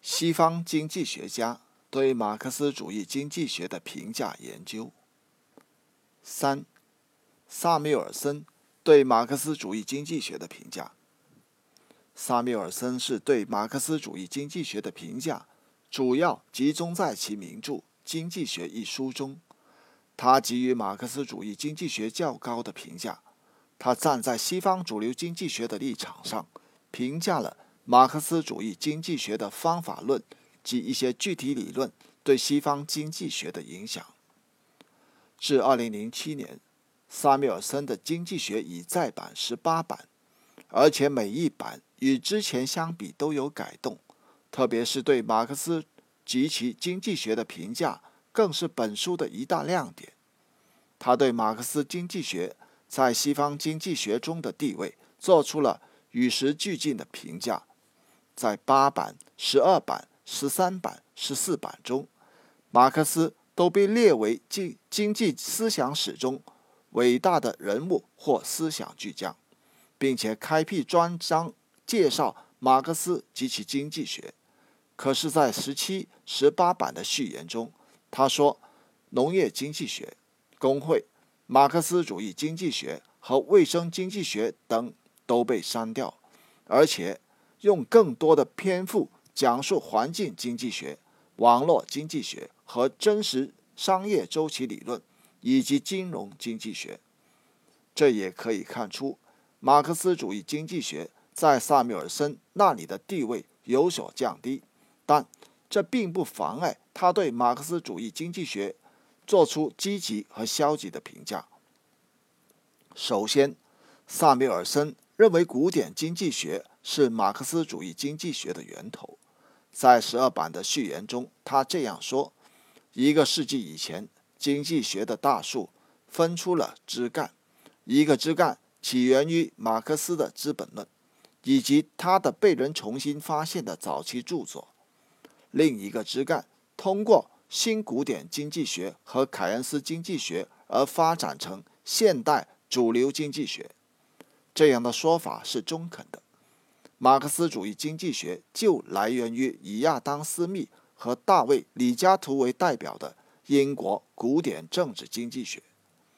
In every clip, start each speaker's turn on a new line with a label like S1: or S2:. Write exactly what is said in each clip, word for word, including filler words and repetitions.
S1: 西方经济学家对马克思主义经济学的评价研究。三、萨缪尔森对马克思主义经济学的评价。萨缪尔森是对马克思主义经济学的评价，主要集中在其名著《经济学》一书中。他给予马克思主义经济学较高的评价。他站在西方主流经济学的立场上，评价了马克思主义经济学的方法论及一些具体理论对西方经济学的影响。至二零零七年，萨缪尔森的经济学已再版十八版，而且每一版与之前相比都有改动，特别是对马克思及其经济学的评价更是本书的一大亮点。他对马克思经济学在西方经济学中的地位做出了与时俱进的评价。在八版、十二版、十三版、十四版中，马克思都被列为经经济思想史中伟大的人物或思想巨匠，并且开辟专章介绍马克思及其经济学。可是，在十七、十八版的序言中，他说，农业经济学、工会、马克思主义经济学和卫生经济学等都被删掉，而且用更多的篇幅讲述环境经济学、网络经济学和真实商业周期理论以及金融经济学。这也可以看出，马克思主义经济学在萨缪尔森那里的地位有所降低，但这并不妨碍他对马克思主义经济学做出积极和消极的评价。首先，萨缪尔森认为古典经济学是马克思主义经济学的源头。在十二版的序言中，他这样说：一个世纪以前，经济学的大树分出了枝干，一个枝干起源于马克思的《资本论》以及他的被人重新发现的早期著作，另一个枝干通过新古典经济学和凯恩斯经济学而发展成现代主流经济学。这样的说法是中肯的。马克思主义经济学就来源于以亚当·斯密和大卫·李嘉图为代表的英国古典政治经济学。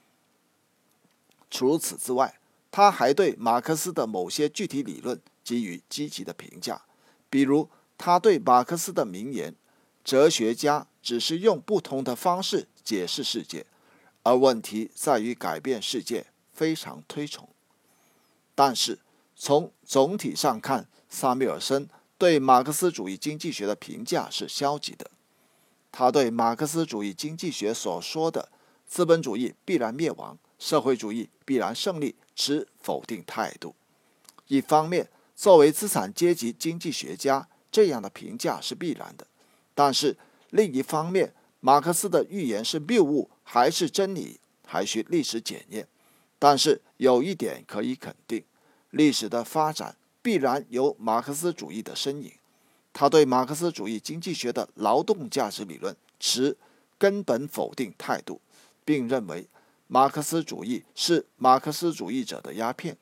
S1: 除此之外，他还对马克思的某些具体理论给予积极的评价，比如他对马克思的名言“哲学家只是用不同的方式解释世界，而问题在于改变世界”非常推崇。但是从总体上看，萨缪尔森对马克思主义经济学的评价是消极的。他对马克思主义经济学所说的资本主义必然灭亡，社会主义必然胜利持否定态度。一方面，作为资产阶级经济学家，这样的评价是必然的；但是另一方面，马克思的预言是谬误还是真理，还需历史检验。但是有一点可以肯定，历史的发展必然有马克思主义的身影。他对马克思主义经济学的劳动价值理论持根本否定态度，并认为马克思主义是马克思主义者的鸦片。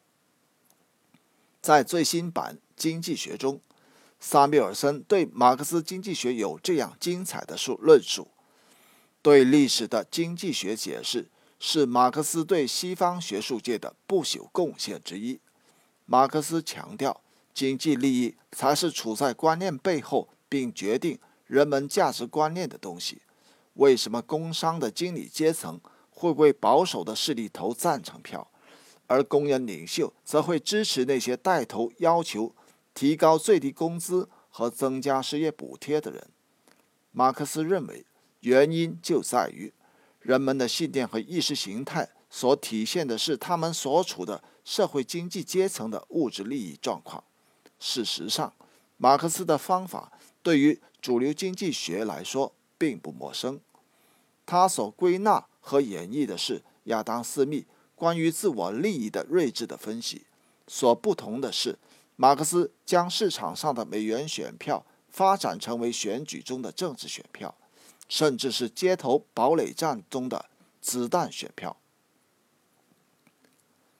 S1: 在最新版《经济学》中，萨缪尔森对马克思经济学有这样精彩的论述：对历史的经济学解释是马克思对西方学术界的不朽贡献之一。马克思强调，经济利益才是处在观念背后并决定人们价值观念的东西。为什么工商的经理阶层会为保守的势力投赞成票，而工人领袖则会支持那些带头要求提高最低工资和增加失业补贴的人？马克思认为，原因就在于人们的信念和意识形态所体现的是他们所处的社会经济阶层的物质利益状况。事实上，马克思的方法对于主流经济学来说并不陌生。他所归纳和演绎的是亚当·斯密关于自我利益的睿智的分析。所不同的是，马克思将市场上的美元选票发展成为选举中的政治选票，甚至是街头堡垒战中的子弹选票。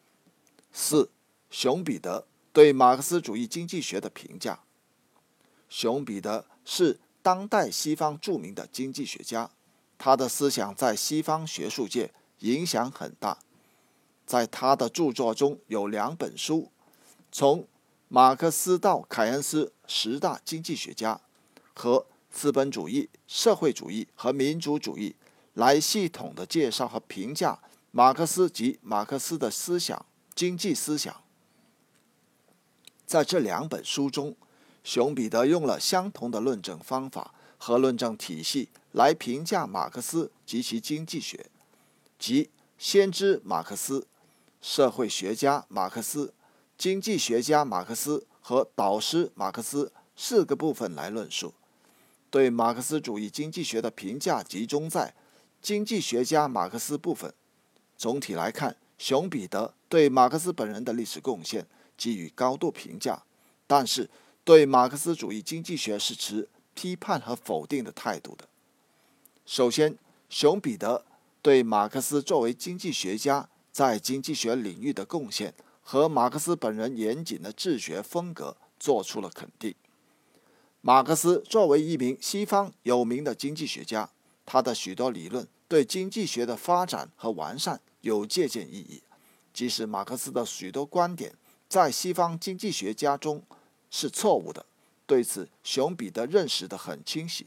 S1: 四、熊彼得对马克思主义经济学的评价。 熊彼得是当代西方著名的经济学家，他的思想在西方学术界影响很大。在他的著作中有两本书，从马克思到凯恩斯十大经济学家和资本主义、社会主义和民主主义来系统的介绍和评价马克思及马克思的思想、经济思想。在这两本书中，熊彼得用了相同的论证方法和论证体系来评价马克思及其经济学，即先知马克思、社会学家马克思、经济学家马克思和导师马克思四个部分来论述。对马克思主义经济学的评价集中在经济学家马克思部分。总体来看，熊彼得对马克思本人的历史贡献给予高度评价，但是对马克思主义经济学是持批判和否定的态度的。首先，熊彼得对马克思作为经济学家在经济学领域的贡献和马克思本人严谨的治学风格做出了肯定。马克思作为一名西方有名的经济学家，他的许多理论对经济学的发展和完善有借鉴意义，即使马克思的许多观点在西方经济学家中是错误的，对此熊彼得认识得很清晰。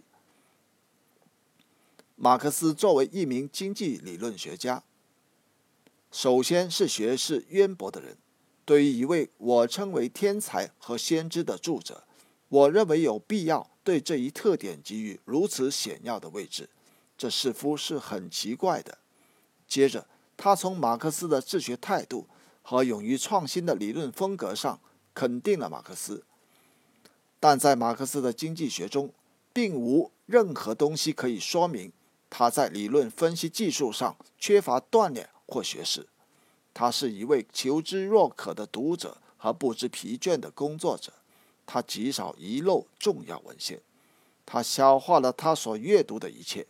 S1: 马克思作为一名经济理论学家，首先是学识渊博的人。对于一位我称为天才和先知的著者，我认为有必要对这一特点给予如此显要的位置，这似乎是很奇怪的。接着，他从马克思的治学态度和勇于创新的理论风格上肯定了马克思，但在马克思的经济学中，并无任何东西可以说明他在理论分析技术上缺乏锻炼或学识。他是一位求知若渴的读者和不知疲倦的工作者，他极少遗漏重要文献，他消化了他所阅读的一切。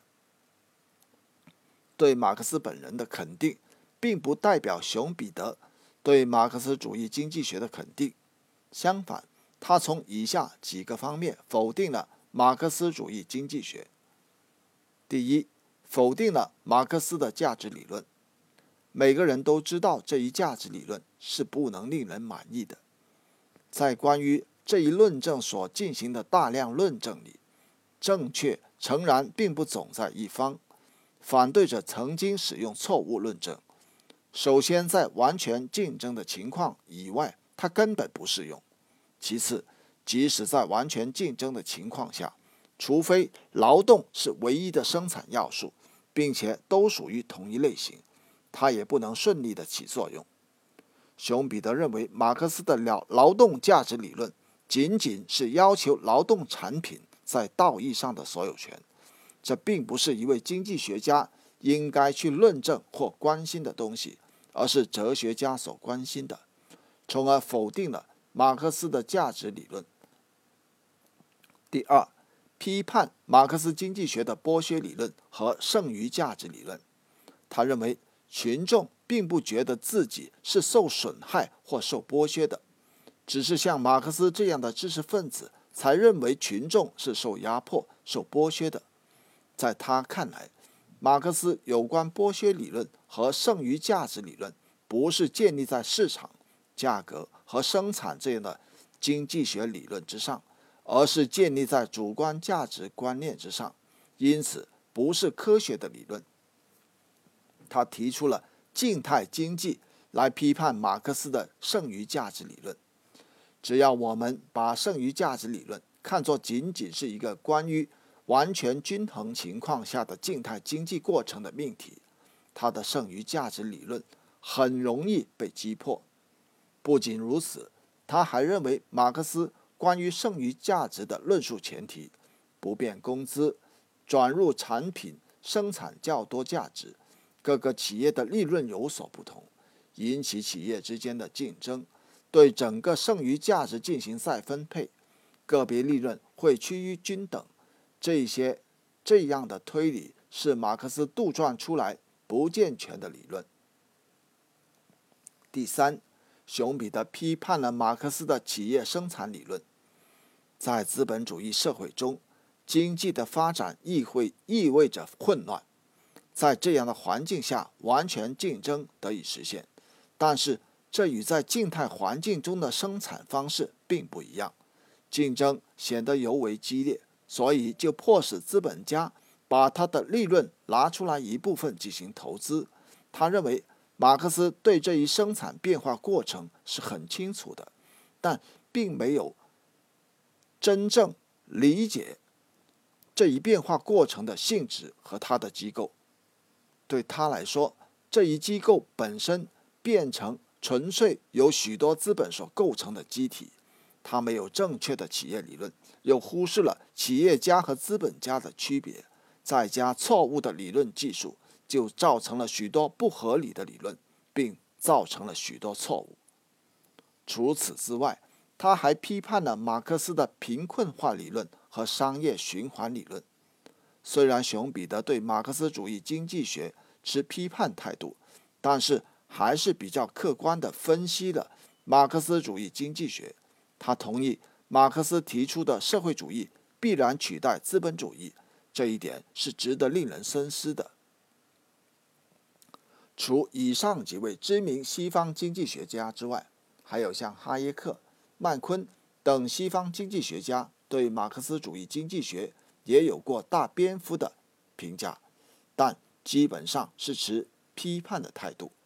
S1: 对马克思本人的肯定，并不代表熊彼得对马克思主义经济学的肯定。相反，他从以下几个方面否定了马克思主义经济学。第一，否定了马克思的价值理论。每个人都知道这一价值理论是不能令人满意的。在关于这一论证所进行的大量论证里，正确诚然并不总在一方，反对者曾经使用错误论证。首先，在完全竞争的情况以外，它根本不适用。其次，即使在完全竞争的情况下，除非劳动是唯一的生产要素，并且都属于同一类型，它也不能顺利的起作用。熊彼得认为，马克思的劳动价值理论仅仅是要求劳动产品在道义上的所有权，这并不是一位经济学家应该去论证或关心的东西，而是哲学家所关心的，从而否定了马克思的价值理论。第二，批判马克思经济学的剥削理论和剩余价值理论。他认为群众并不觉得自己是受损害或受剥削的，只是像马克思这样的知识分子才认为群众是受压迫、受剥削的。在他看来，马克思有关剥削理论和剩余价值理论不是建立在市场、价格和生产这样的经济学理论之上，而是建立在主观价值观念之上，因此不是科学的理论。他提出了静态经济来批判马克思的剩余价值理论。只要我们把剩余价值理论看作仅仅是一个关于完全均衡情况下的静态经济过程的命题，他的剩余价值理论很容易被击破。不仅如此，他还认为马克思关于剩余价值的论述前提，不变工资、转入产品生产较多价值，各个企业的利润有所不同，引起企业之间的竞争，对整个剩余价值进行再分配，个别利润会趋于均等。这些这样的推理是马克思杜撰出来不健全的理论。第三，熊彼得批判了马克思的企业生产理论。 在资本主义社会中，经济的发展意会意味着混乱，在这样的环境下，完全竞争得以实现。但是，这与在静态环境中的生产方式并不一样，竞争显得尤为激烈，所以就迫使资本家把他的利润拿出来一部分进行投资。他认为，马克思对这一生产变化过程是很清楚的，但并没有真正理解这一变化过程的性质和他的机构。对他来说，这一机构本身变成纯粹由许多资本所构成的机体，他没有正确的企业理论，又忽视了企业家和资本家的区别，再加错误的理论技术，就造成了许多不合理的理论，并造成了许多错误。除此之外，他还批判了马克思的贫困化理论和商业循环理论。虽然熊彼得对马克思主义经济学持批判态度，但是还是比较客观地分析了马克思主义经济学。他同意马克思提出的社会主义必然取代资本主义，这一点是值得令人深思的。除以上几位知名西方经济学家之外，还有像哈耶克、曼昆等西方经济学家对马克思主义经济学也有过大篇幅的评价，但基本上是持批判的态度。